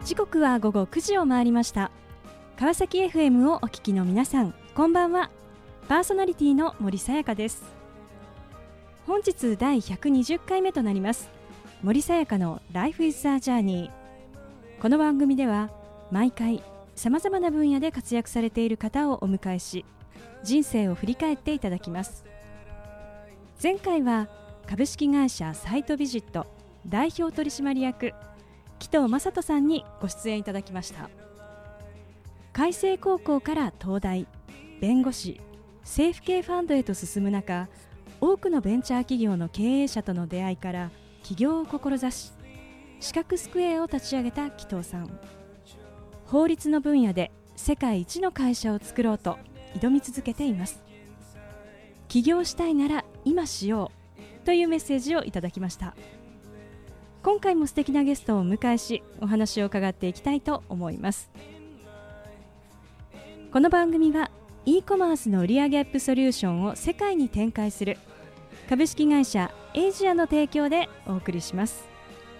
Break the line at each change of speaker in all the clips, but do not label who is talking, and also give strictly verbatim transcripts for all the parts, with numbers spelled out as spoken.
時刻は午後くじを回りました。川崎 エフエム をお聞きの皆さん、こんばんは。パーソナリティの森さやかです。本日第ひゃくにじゅっかいめとなります森さやかの Life is a Journey。 この番組では毎回さまざまな分野で活躍されている方をお迎えし、人生を振り返っていただきます。前回は株式会社サイトビジット代表取締役紀藤正人さんにご出演いただきました。開成高校から東大、弁護士、政府系ファンドへと進む中、多くのベンチャー企業の経営者との出会いから起業を志し、資格スクエアを立ち上げた紀藤さん。法律の分野で世界一の会社を作ろうと挑み続けています。起業したいなら今しようというメッセージをいただきました。今回も素敵なゲストをお迎えし、お話を伺っていきたいと思います。この番組は e コマースの売上アップソリューションを世界に展開する株式会社エイジアの提供でお送りします。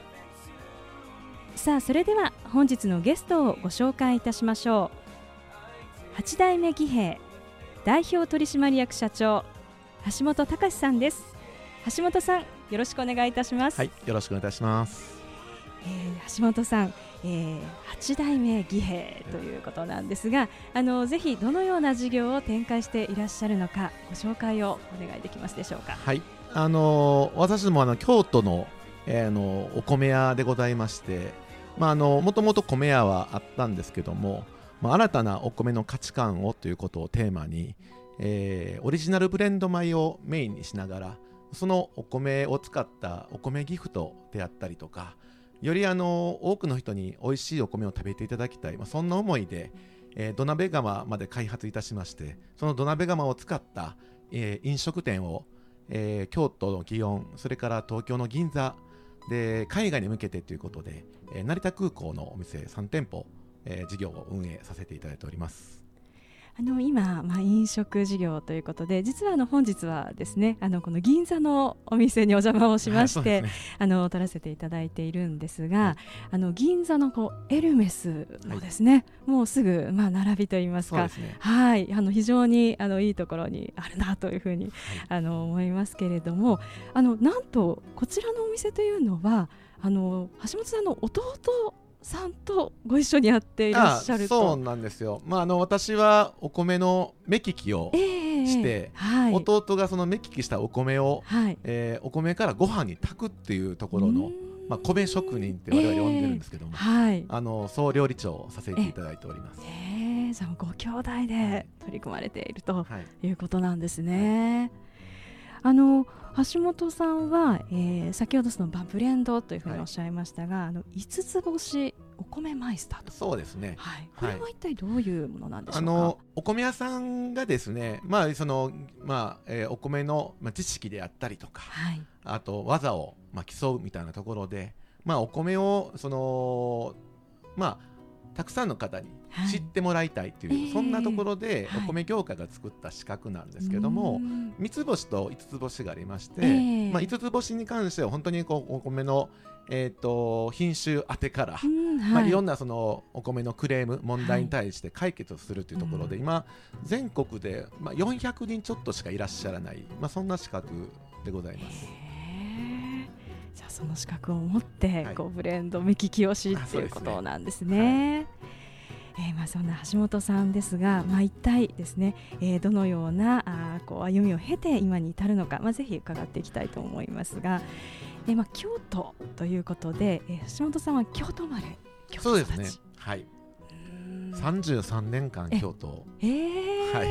さあ、それでは本日のゲストをご紹介いたしましょう。はち代目儀兵代表取締役社長橋本隆さんです。橋本さん、よろしくお願いいたします。
はい、よろしくお願いいたします。
えー、橋本さん、えー、はち代目儀兵ということなんですが、あのぜひどのような事業を展開していらっしゃるのか、ご紹介をお願いできますでしょうか。
はい、あのー、私どもあの京都の、えー、のお米屋でございまして、まあ、あのもともと米屋はあったんですけども、まあ、新たなお米の価値観をということをテーマに、えー、オリジナルブレンド米をメインにしながら、そのお米を使ったお米ギフトであったりとか、よりあの多くの人に美味しいお米を食べていただきたい、まあ、そんな思いで、えー、土鍋窯まで開発いたしまして、その土鍋窯を使った、えー、飲食店を、えー、京都の祇園、それから東京の銀座で海外に向けてということで、えー、成田空港のお店さん店舗、えー、事業を運営させていただいております。
あの今、まあ、飲食事業ということで、実はあの本日はですね、あのこの銀座のお店にお邪魔をしまして、はい、ね、あの撮らせていただいているんですが、はい、あの銀座のこうエルメスのですね、はい、もうすぐ、まあ、並びといいますか、ね、はい、あの非常にあのいいところにあるなというふうに、はい、あの思いますけれども、あのなんとこちらのお店というのはあの橋本さんの弟さんとご一緒にやっていらっしゃると。
そうなんですよ、まあ、あの私はお米の目利きをして、えーはい、弟がその目利きしたお米を、はい、えー、お米からご飯に炊くっていうところの、まあ、米職人って我々呼んでるんですけども、えーはい、あの総料理長をさせていただいております。
えー、じゃあご兄弟で取り組まれているということなんですね、はい、あの橋本さんは、えー、先ほどそのブレンドというふうにおっしゃいましたが、はい、あの五つ星お米マイスターと。
そうですね、
はい、これは一体どういうものなんでしょうか。
あのお米屋さんがですね、まあそのまあえー、お米の、まあ、知識であったりとか、はい、あと技を、まあ、競うみたいなところで、まあ、お米をそのまあたくさんの方に知ってもらいたいという、はい、そんなところでお米業界が作った資格なんですけども、はい、三つ星と五つ星がありまして、えーまあ、五つ星に関しては本当にこうお米の、えー、と品種当てから、はいまあ、いろんなそのお米のクレーム問題に対して解決をするというところで、はい、今全国で、まあ、よんひゃくにんちょっとしかいらっしゃらない、まあ、そんな資格でございます。
じゃあその資格を持ってこうブレンド目利きをしということなんですね。えーまあ、そんな橋本さんですが、まあ、一体ですね、えー、どのようなあこう歩みを経て今に至るのか、まあ、ぜひ伺っていきたいと思いますが、えーまあ、京都ということで、えー、橋本さんは京都生まれ、京都育ち。そうですね、
はい、さんじゅうさんねんかん京都、
えーはい、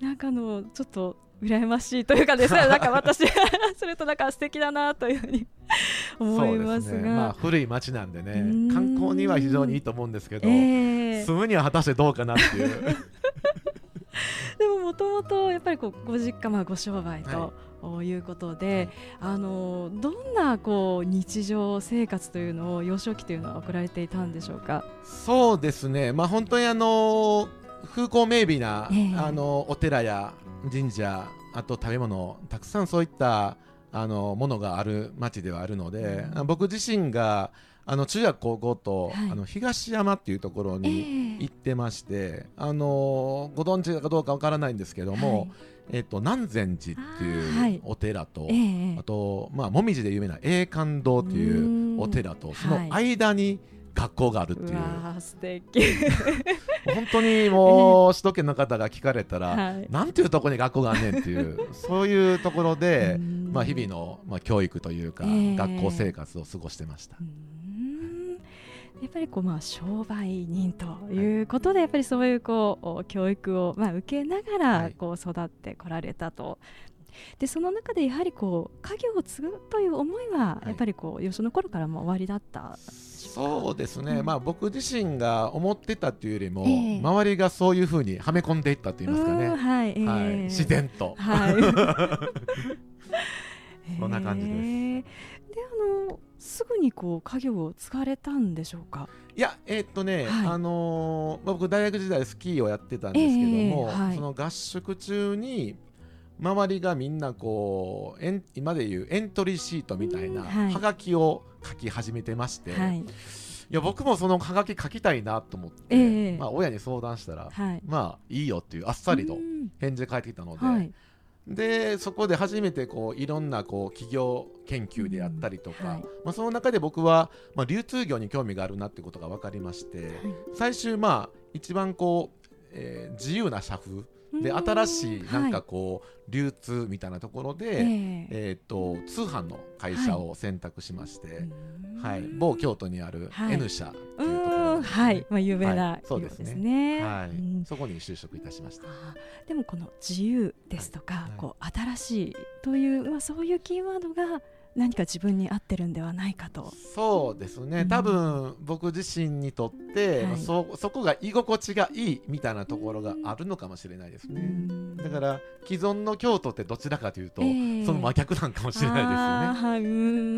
なんかのちょっと羨ましいというかですねなんか私それとなんか素敵だなというふうに思いますが、そうですね、
まあ、古い町なんでね、観光には非常にいいと思うんですけど、えー、住むには果たしてどうかなっていう
でももともとやっぱりこうご実家、まあ、ご商売と、はい、いうことで、あのどんなこう日常生活というのを幼少期というのは送られていたんでしょうか。
そうですね、まあ、本当にあの風光明媚な、えー、あのお寺や神社、あと食べ物、たくさんそういったあのものがある町ではあるので、うん、僕自身があの中学高校と、
はい、
あの東山っていうところに行ってまして、えー、あのご存知かどうかわからないんですけども、はい、えー、と南禅寺っていうお寺と あ,、はい、あ, あと、まあ、もみじで有名な永観堂っていうお寺とその間に学校があるっていう、
うわ素敵
本当にもう首都圏の方が聞かれたら、
はい、
なんていうところに学校があんねんっていうそういうところで、まあ、日々の、まあ、教育というか、えー、学校生活を過ごしてました。
うーんやっぱりこう、まあ、商売人ということで、はい、やっぱりそういうこう教育を、まあ、受けながらこう育ってこられたと、はい、でその中でやはりこう家業を継ぐという思いはやっぱりこう、はい、その頃からも終わりだった
そうですね、うん、まあ、僕自身が思ってたというよりも、えー、周りがそういうふうにはめ込んでいったといいますかね、
はいえー
はい、自然と、
はい、
そんな感じです。えー、
であのすぐにこう家業を継がれたんでしょうか。
いやえー、っとね、はい、あのーまあ、僕大学時代スキーをやってたんですけども、えーはい、その合宿中に周りがみんなこうエン今でいうエントリーシートみたいなはがきを書き始めてまして、はい、いや僕もそのはがき書きたいなと思って、えーまあ、親に相談したら、はい、まあいいよっていうあっさりと返事で返ってきたので、はい、でそこで初めてこういろんなこう企業研究であったりとか、うんはい、まあ、その中で僕は、まあ、流通業に興味があるなってことが分かりまして、はい、最終まあ一番こう、えー、自由な社風で新しいなんかこう、はい、流通みたいなところで、えーえー、と通販の会社を選択しまして、はいはい、某京都にある N 社っていうところですね、
はい、まあ、有名な企業ですね、はい、そうですね、
はい、うん、そこに就職いたしました。
でもこの自由ですとか、はい、こう新しいという、まあ、そういうキーワードが何か自分に合ってるんではないかと。
そうですね、うん、多分僕自身にとって、はい、そ, そこが居心地がいいみたいなところがあるのかもしれないですね、うん、だから既存の京都ってどちらかというと、えー、その真逆なんかもしれないですよね。
あ、うん、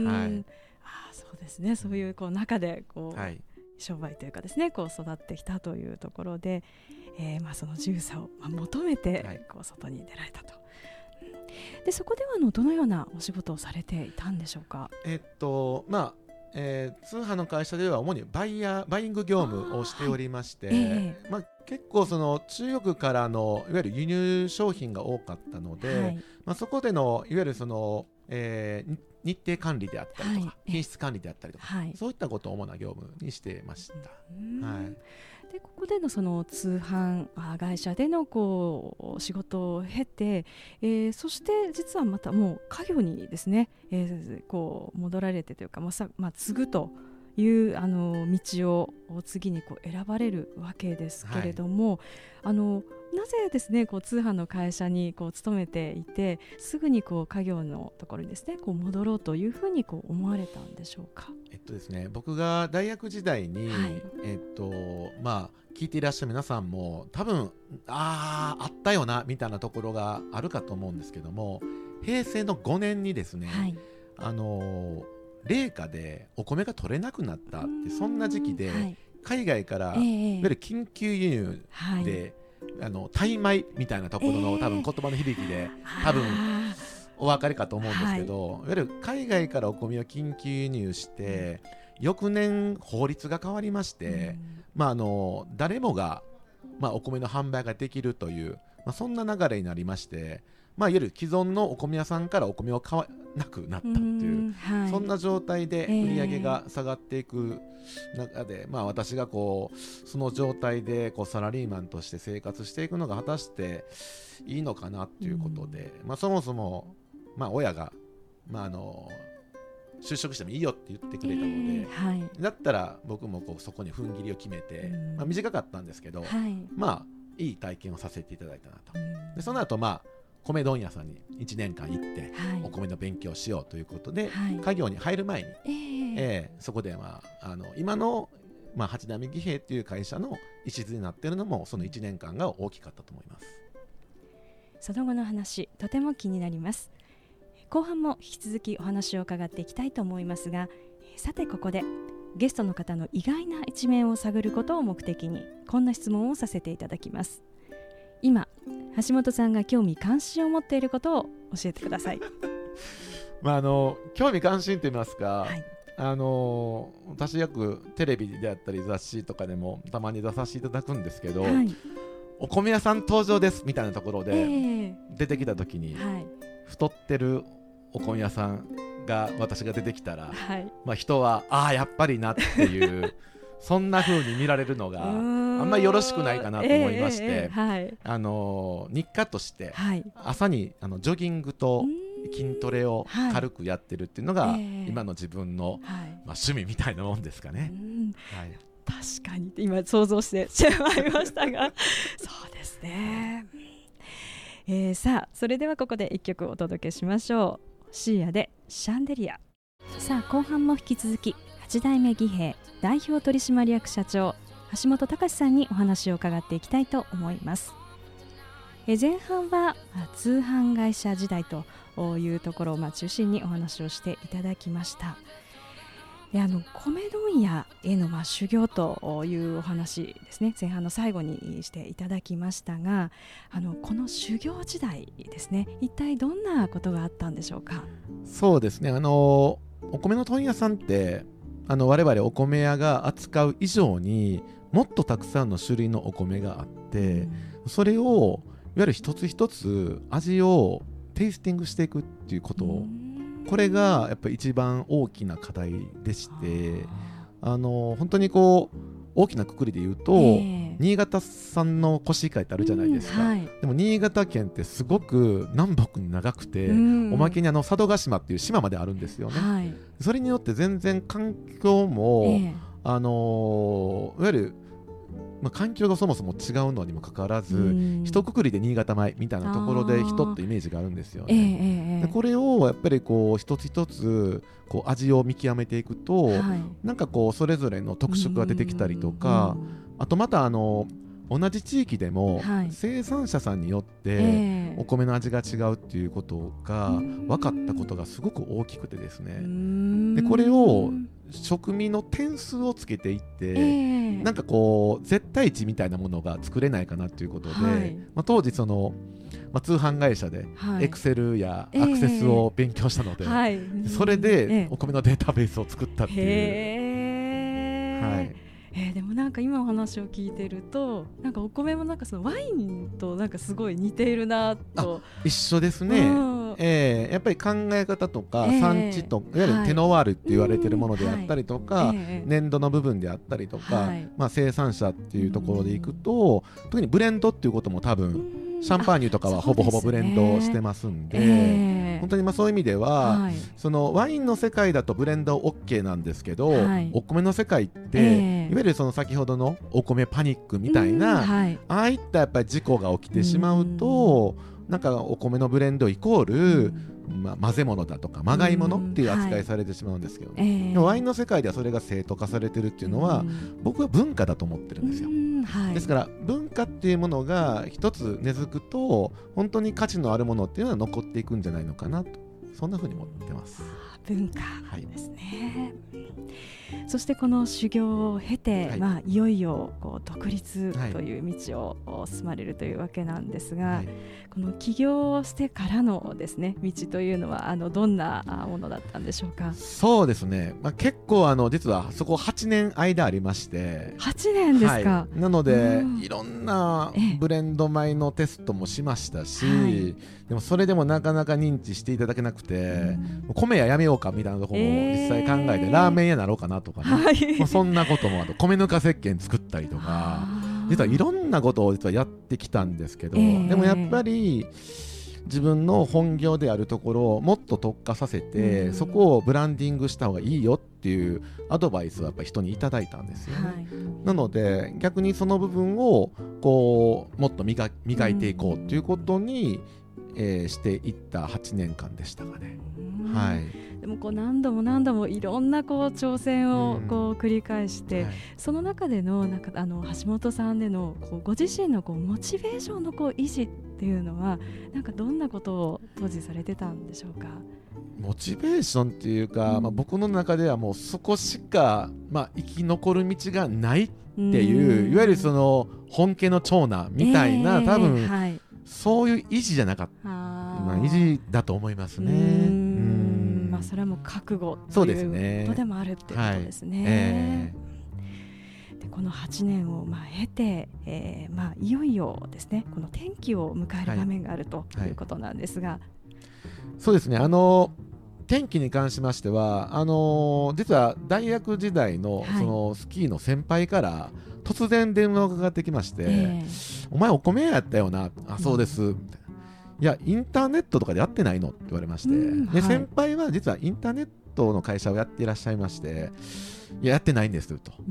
はい、あ、そうですね、そういうこう中でこう、はい、商売というかですね、こう育ってきたというところで、えーまあ、その自由さを求めてこう外に出られたと。でそこではあのどのようなお仕事をされていたんでしょうか。
えっとまあえー、通販の会社では主にバイヤーバイング業務をしておりまして、はい、えーまあ、結構その中国からのいわゆる輸入商品が多かったので、はい、まあ、そこでのいわゆるその、えー、日程管理であったりとか、はい、品質管理であったりとか、はい、そういったことを主な業務にしてました。はい、
でここでのその通販会社でのこう仕事を経て、えー、そして実はまたもう家業にですね、えー、こう戻られてというか、まあさまあ、継ぐというあの道を次にこう選ばれるわけですけれども、はい、あのなぜですねこう通販の会社にこう勤めていてすぐにこう家業のところにですねこう戻ろうというふうにこう思われたんでしょうか。
えっとですね、僕が大学時代に、はい、えっとまあ、聞いていらっしゃる皆さんも多分あああったよなみたいなところがあるかと思うんですけども、平成のごねんにですね、はい、あの冷夏でお米が取れなくなったってそんな時期で、はい、海外から、えー、いわゆる緊急輸入で、はい、あのタイ米みたいなところの、えー、多分言葉の響きで多分お分かりかと思うんですけど、はい、いわゆる海外からお米を緊急輸入して、うん、翌年法律が変わりまして、うん、まあ、あの誰もが、まあ、お米の販売ができるという、まあ、そんな流れになりまして、まあ、いわゆる既存のお米屋さんからお米を買わなくなったっていう、うん、はい、そんな状態で売り上げが下がっていく中で、えーまあ、私がこうその状態でこうサラリーマンとして生活していくのが果たしていいのかなっていうことで、うん、まあ、そもそも、まあ、親が、まあ、あの就職してもいいよって言ってくれたので、えーはい、だったら僕もこうそこに踏ん切りを決めて、うん、まあ、短かったんですけど、はい、まあいい体験をさせていただいたなと、うん、でその後まあ米問屋さんにいちねんかん行って、はい、お米の勉強をしようということで、はい、家業に入る前に、えーえー、そこで、まあ、あの今の、まあ、八代目儀兵という会社の礎になっているのもそのいちねんかんが大きかったと思います。
その後の話とても気になります。後半も引き続きお話を伺っていきたいと思いますが、さてここでゲストの方の意外な一面を探ることを目的にこんな質問をさせていただきます。今橋本さんが興味関心を持っていることを教えてください。
まあ、あの興味関心といいますか、はい、 あのー、私よくテレビであったり雑誌とかでもたまに出させていただくんですけど、はい、お米屋さん登場ですみたいなところで出てきた時に、えーはい、太ってるお米屋さんが私が出てきたら、はい、まあ、人はああやっぱりなっていうそんな風に見られるのがあんまりよろしくないかなと思いまして、えーえーはい、あの日課として朝にあのジョギングと筋トレを軽くやってるっていうのが、はい、今の自分の、はい、まあ、趣味みたいなもんですかね、はい、
確かに今想像してしまいましたがそうですね、えー、さあそれではここでいっきょくお届けしましょう。シーアでシャンデリア。さあ後半も引き続きはち代目義兵代表取締役社長橋本隆さんにお話を伺っていきたいと思います。え前半は通販会社時代というところをまあ中心にお話をしていただきました。であの米問屋へのまあ修行というお話ですね、前半の最後にしていただきましたが、あのこの修行時代ですね、一体どんなことがあったんでしょうか。
そうですね、あのお米の問屋さんってあの我々お米屋が扱う以上にもっとたくさんの種類のお米があって、うん、それをいわゆる一つ一つ味をテイスティングしていくっていうこと、うん、これがやっぱり一番大きな課題でして、あの本当にこう大きなくくりで言うと、えー、新潟産のコシヒカリってあるじゃないですか、うんはい、でも新潟県ってすごく南北に長くて、うん、おまけにあの佐渡島っていう島まであるんですよね、はい、それによって全然環境も、えーあのー、いわゆるまあ、環境がそもそも違うのにもかかわらず、うん、一括りで新潟米みたいなところで人ってイメージがあるんですよね、えー、でこれをやっぱりこう一つ一つこう味を見極めていくと、はい、なんかこうそれぞれの特色が出てきたりとか、あとまたあの同じ地域でも生産者さんによってお米の味が違うっていうことが分かったことがすごく大きくてですね、でこれを食味の点数をつけていって、えー、なんかこう絶対値みたいなものが作れないかなということで、はいまあ、当時その、まあ、通販会社でエクセルやアクセスを勉強したので、えー、それでお米のデータベースを作ったっていう、え
ーはいえー、でもなんか今お話を聞いてるとなんかお米もなんかそのワインとなんかすごい似ているなと。
一緒ですね、うんえー、やっぱり考え方とか産地と、えー、いわゆるテノワールって言われているものであったりとか、はい、粘土の部分であったりとか、はいまあ、生産者っていうところでいくと、特にブレンドっていうことも多分シャンパーニュとかはほぼほぼブレンドしてますんで、えー、本当にまあそういう意味では、はい、そのワインの世界だとブレンド OK なんですけど、はい、お米の世界って、えー、いわゆるその先ほどのお米パニックみたいな、はい、ああいったやっぱり事故が起きてしまうと、なんかお米のブレンドイコール、まあ、混ぜ物だとかまがい物っていう扱いされてしまうんですけど、ねはいえー、ワインの世界ではそれが正当化されてるっていうのは僕は文化だと思ってるんですよ、はい、ですから文化っていうものが一つ根付くと本当に価値のあるものっていうのは残っていくんじゃないのかなと、そんな風に思ってます。
文化ですね、はい、そしてこの修行を経て、はいまあ、いよいよこう独立という道を進まれるというわけなんですが、はい、この起業をしてからのですね道というのはあのどんなものだったんでしょうか。
そうですね、まあ、結構あの実はそこはちねん間ありまして。
はちねんですか、
はい、なのでいろんなブレンド米のテストもしましたし、はい、でもそれでもなかなか認知していただけなくて、米屋やめようかみたいなところも実際考えて、えー、ラーメン屋になろうかなとかね、はいまあ、そんなこともあと米ぬか石鹸作ったりとか実はいろんなことを実はやってきたんですけど、えー、でもやっぱり自分の本業であるところをもっと特化させて、うん、そこをブランディングした方がいいよっていうアドバイスをやっぱり人にいただいたんですよね、はい、なので逆にその部分をこうもっと 磨, 磨いていこうということに、うんえー、していったはちねんかんでしたかね、うんはい、
でもこう何度も何度もいろんなこう挑戦をこう繰り返して、うんはい、その中でのなんかあの橋本さんでのこうご自身のこうモチベーションのこう維持っていうのはなんかどんなことを当時されてたんでしょうか。
モチベーションっていうか、うんまあ、僕の中ではもうそこしか、まあ、生き残る道がないっていう、いわゆるその本家の長男みたいな、えー、多分、はいそういう維持じゃなかった、まあ、維持だと思いますね。うん
まあ、それはもう覚悟
そう
と
ですね
いうことでもあるっていうことですね。
はいえ
ーでこのはちねんをまあ経て、えーまあ、いよいよですねこの転機を迎える場面があるということなんですが、
はい、そうですねあの転機に関しましてはあのー、実は大学時代 の, そのスキーの先輩から突然電話がかかってきまして、えー、お前お米屋やったよな、あそうです、みたいな、いやインターネットとかでやってないのって言われまして、で、はい、先輩は実はインターネットの会社をやっていらっしゃいまして、いややってないんですと、うん、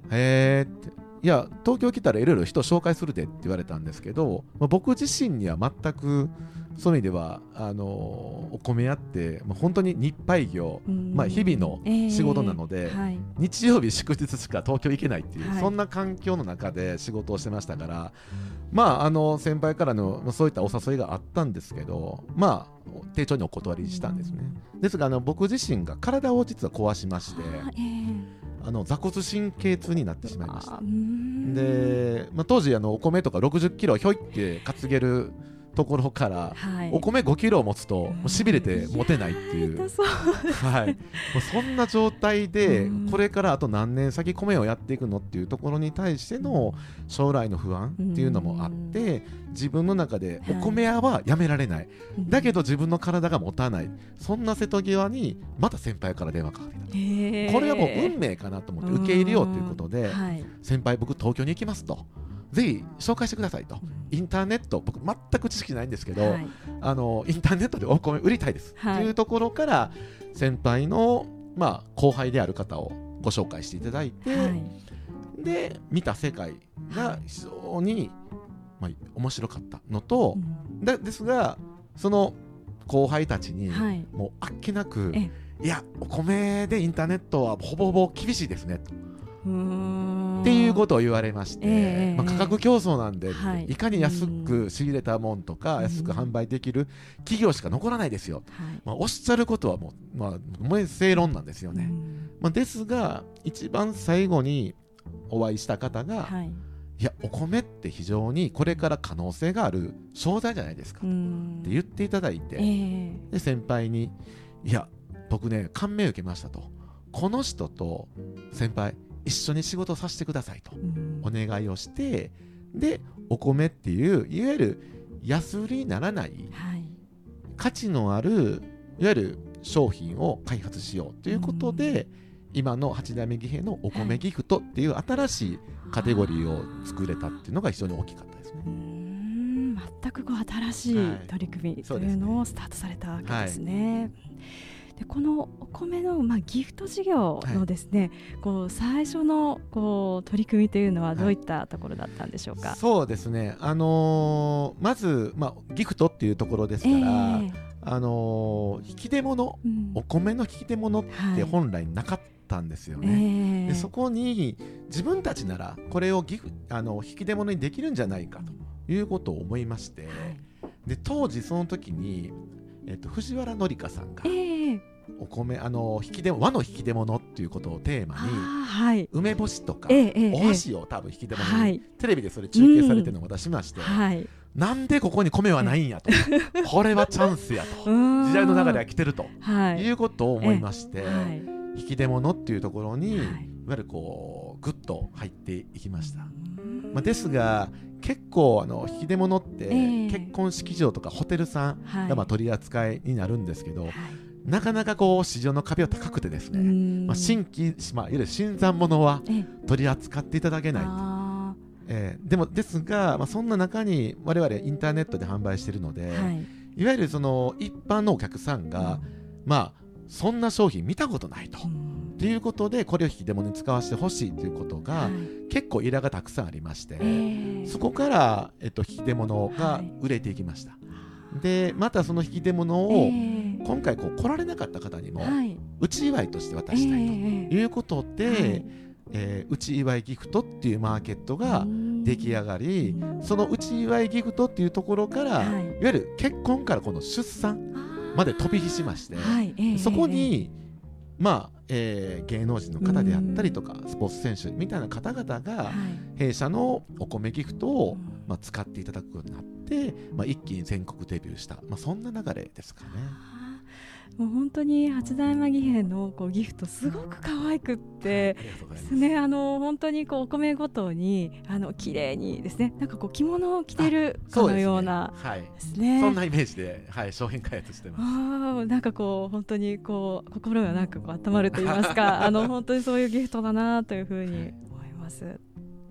へーって、いや東京来たらいろいろ人紹介するでって言われたんですけど、まあ、僕自身には全くそういう意味ではあのお米屋って、まあ、本当に日配業、まあ、日々の仕事なので、えーはい、日曜日祝日しか東京行けないっていう、はい、そんな環境の中で仕事をしてましたから、まあ、あの先輩からのそういったお誘いがあったんですけど、まあ丁重にお断りしたんですね。ですがあの僕自身が体を実は壊しまして、えーあの座骨神経痛になってしまいました。で、まあ、当時あのお米とかろくじゅっキロひょいって担げるところから、はい、お米ごキロを持つともうしびれて持てないっていう、はい、もうそんな状態でこれからあと何年先米をやっていくのっていうところに対しての将来の不安っていうのもあって、自分の中でお米屋はやめられない、はい、だけど自分の体が持たない、そんな瀬戸際にまた先輩から電話かかってきた。これはもう運命かなと思って受け入れようということで、はい、先輩僕東京に行きますと、ぜひ紹介してくださいと、インターネット僕全く知識ないんですけど、はい、あのインターネットでお米売りたいです、はい、というところから先輩の、まあ、後輩である方をご紹介していただいて、はい、で見た世界が非常に、まあ、面白かったのと、うん、だですがその後輩たちに、はい、もうあっけなくいやお米でインターネットはほぼほぼ厳しいですねとうーんっていうことを言われまして、えーまあ、価格競争なんで、はい、いかに安く仕入れたもんとか安く販売できる企業しか残らないですよ、はい、まあ、おっしゃることはもう、まあ、正論なんですよね、まあ、ですが一番最後にお会いした方が、はい、いやお米って非常にこれから可能性がある商材じゃないですかって言っていただいて、えー、で先輩にいや僕ね感銘を受けましたと、この人と先輩一緒に仕事させてくださいとお願いをして、でお米っていういわゆる安売りにならない、はい、価値のあるいわゆる商品を開発しようということで、今の八代目儀兵のお米ギフトっていう新しいカテゴリーを作れたっていうのが非常に大きかったですね。うー
ん、全くこう新しい取り組みというのをスタートされたわけですね。はい、でこのお米の、まあ、ギフト事業のですね、はい、こう最初のこう取り組みというのはどういったところだったんでしょうか。はい、そうですね、
あのー、まず、まあ、ギフトっていうところですから、えーあのー、引き出物、うん、お米の引き出物って本来なかったんですよね。はい、えー、でそこに自分たちならこれをギフあの引き出物にできるんじゃないかということを思いまして、はい、で当時その時にえっと、藤原紀香さんが、えー、お米あの引き出和の引き出物っていうことをテーマに、はい、梅干しとか、えー、お箸を多分引き出物に、はい、テレビでそれ中継されてるのを出しまして、うん、はい、なんでここに米はないんやとこれはチャンスやと時代の流れは来てると、はい、いうことを思いまして、はい、引き出物っていうところに、はい、いわゆるこうグッと入っていきました。まあ、ですが結構あの引き出物って結婚式場とかホテルさんがまあ取り扱いになるんですけど、はい、なかなかこう市場の壁は高くてですね、まあ、新規、まあ、いわゆる新参者は取り扱っていただけないと、えー、でもですが、まあ、そんな中に我々インターネットで販売しているので、はい、いわゆるその一般のお客さんが、うん、まあそんな商品見たことないと、うんということでこれを引き出物に使わせてほしいということが、はい、結構依頼がたくさんありまして、えー、そこから、えっと、引き出物が売れていきました。はい、でまたその引き出物を、えー、今回こう来られなかった方にも、はい、内祝いとして渡したいということで、えーはいえー、内祝いギフトっていうマーケットが出来上がり、その内祝いギフトっていうところから、はい、いわゆる結婚からこの出産まで飛び火しまして、はいえー、そこに、えーまあえー、芸能人の方であったりとかスポーツ選手みたいな方々が弊社のお米ギフトを、まあ、使っていただくようになって、まあ、一気に全国デビューした、まあ、そんな流れですかね。
もう本当に八代目儀兵衛のこうギフトすごく可愛くってですね、あの本当にこうお米ごとにあの綺麗にですね、なんかこう着物を着てるかのようなですね、
そんなイメージで、はい、商品開発してます。
あ、なんかこう本当にこう心がなんかこう温まると言いますかあの本当にそういうギフトだなというふうに思います、はい。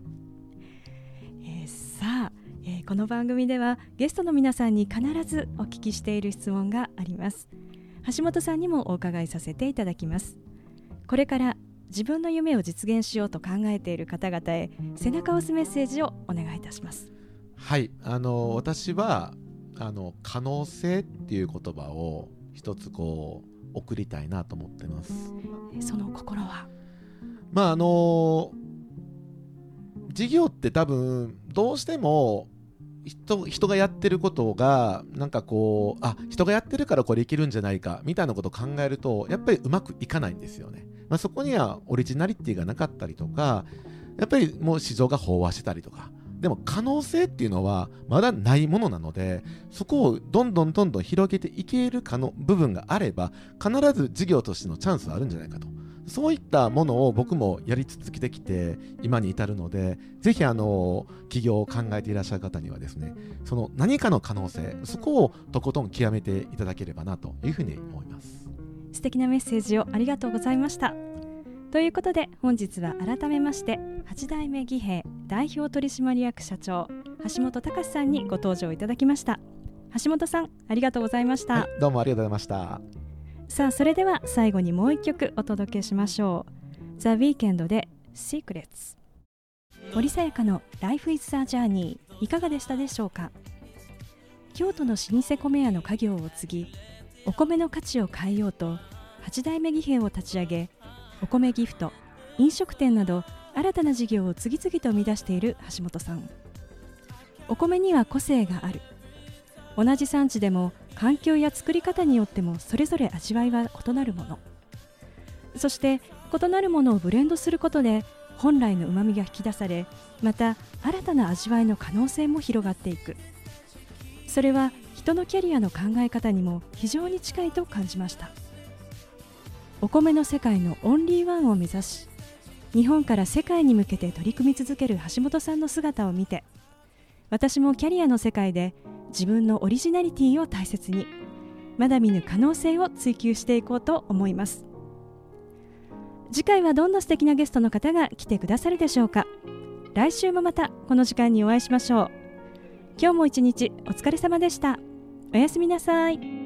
えー、さあ、えー、この番組ではゲストの皆さんに必ずお聞きしている質問があります。橋本さんにもお伺いさせていただきます。これから自分の夢を実現しようと考えている方々へ背中を押すメッセージをお願いいたします。
はい、あの私はあの可能性っていう言葉を一つこう送りたいなと思ってます。
その心は、
まああの事業って多分どうしても人, 人がやってることがなんかこう、あ、人がやってるからこれいけるんじゃないかみたいなことを考えるとやっぱりうまくいかないんですよね。まあ、そこにはオリジナリティがなかったりとか、やっぱりもう市場が飽和してたりとか、でも可能性っていうのはまだないものなので、そこをどんどんどんどん広げていけるかの部分があれば必ず事業としてのチャンスはあるんじゃないかと、そういったものを僕もやり続けてきて今に至るので、ぜひあの起業を考えていらっしゃる方にはですね、その何かの可能性、そこをとことん極めていただければなというふうに思います。
素敵なメッセージをありがとうございました。ということで本日は改めまして八代目儀兵衛代表取締役社長橋本隆さんにご登場いただきました。橋本さん、ありがとうございました。
はい、どうもありがとうございました。
さあ、それでは最後にもう一曲お届けしましょう。ザ・ウィーケンドで Secrets。 森さやかの Life is a Journey いかがでしたでしょうか。京都の老舗米屋の家業を継ぎ、お米の価値を変えようと八代目儀兵衛を立ち上げ、お米ギフト、飲食店など新たな事業を次々と生み出している橋本さん。お米には個性がある。同じ産地でも環境や作り方によってもそれぞれ味わいは異なるもの。そして異なるものをブレンドすることで本来の旨味が引き出され、また新たな味わいの可能性も広がっていく。それは人のキャリアの考え方にも非常に近いと感じました。お米の世界のオンリーワンを目指し、日本から世界に向けて取り組み続ける橋本さんの姿を見て、私もキャリアの世界で自分のオリジナリティを大切に、まだ見ぬ可能性を追求していこうと思います。次回はどんな素敵なゲストの方が来てくださるでしょうか。来週もまたこの時間にお会いしましょう。今日も一日お疲れ様でした。おやすみなさい。